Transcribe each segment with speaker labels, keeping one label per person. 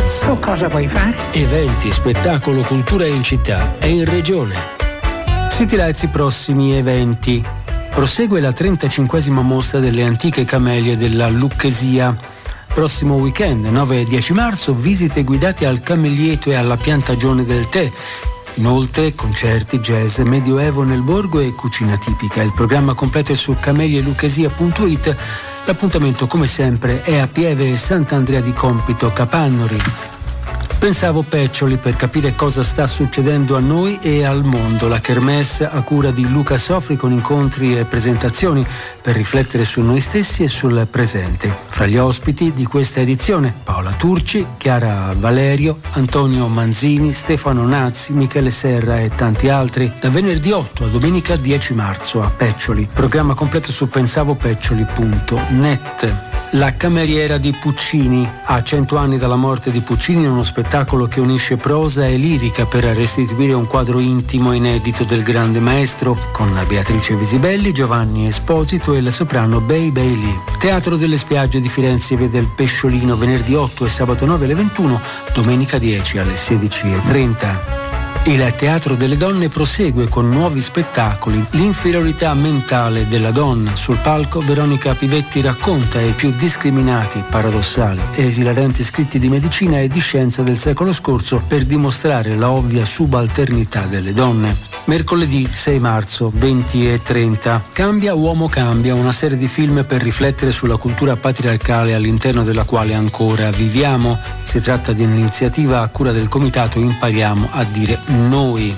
Speaker 1: Lights.
Speaker 2: Tu cosa vuoi fare?
Speaker 1: Eventi, spettacolo, cultura in città e in regione. City Lights, i prossimi eventi. Prosegue la 35esima mostra delle antiche camelie della Lucchesia. Prossimo weekend, 9 e 10 marzo, visite guidate al Camelietto e alla piantagione del tè. Inoltre, concerti, jazz, medioevo nel borgo e cucina tipica. Il programma completo è su camelieluchesia.it. L'appuntamento, come sempre, è a Pieve e Sant'Andrea di Compito, Capannori. Pensavo Peccioli, per capire cosa sta succedendo a noi e al mondo. La kermesse a cura di Luca Sofri, con incontri e presentazioni per riflettere su noi stessi e sul presente. Fra gli ospiti di questa edizione Paola Turci, Chiara Valerio, Antonio Manzini, Stefano Nazzi, Michele Serra e tanti altri. Da venerdì 8 a domenica 10 marzo a Peccioli. Programma completo su pensavopeccioli.net. La cameriera di Puccini. A 100 anni dalla morte di Puccini, uno spettacolo che unisce prosa e lirica per restituire un quadro intimo e inedito del grande maestro, con Beatrice Visibelli, Giovanni Esposito e la soprano Bei Lee. Teatro delle Spiagge di Firenze vede il Pesciolino venerdì 8 e sabato 9 alle 21, domenica 10 alle 16:30. Il Teatro delle Donne prosegue con nuovi spettacoli. L'inferiorità mentale della donna. Sul palco Veronica Pivetti racconta i più discriminati, paradossali e esilaranti scritti di medicina e di scienza del secolo scorso per dimostrare la ovvia subalternità delle donne. Mercoledì 6 marzo, 20:30. Cambia Uomo Cambia, una serie di film per riflettere sulla cultura patriarcale all'interno della quale ancora viviamo. Si tratta di un'iniziativa a cura del comitato Impariamo a dire noi.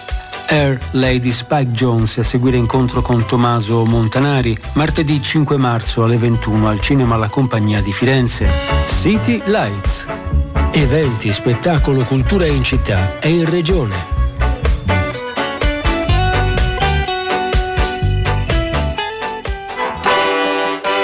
Speaker 1: Air Lady Spike Jonze, a seguire incontro con Tommaso Montanari, martedì 5 marzo alle 21 al Cinema La Compagnia di Firenze. City Lights. Eventi, spettacolo, cultura in città e in regione.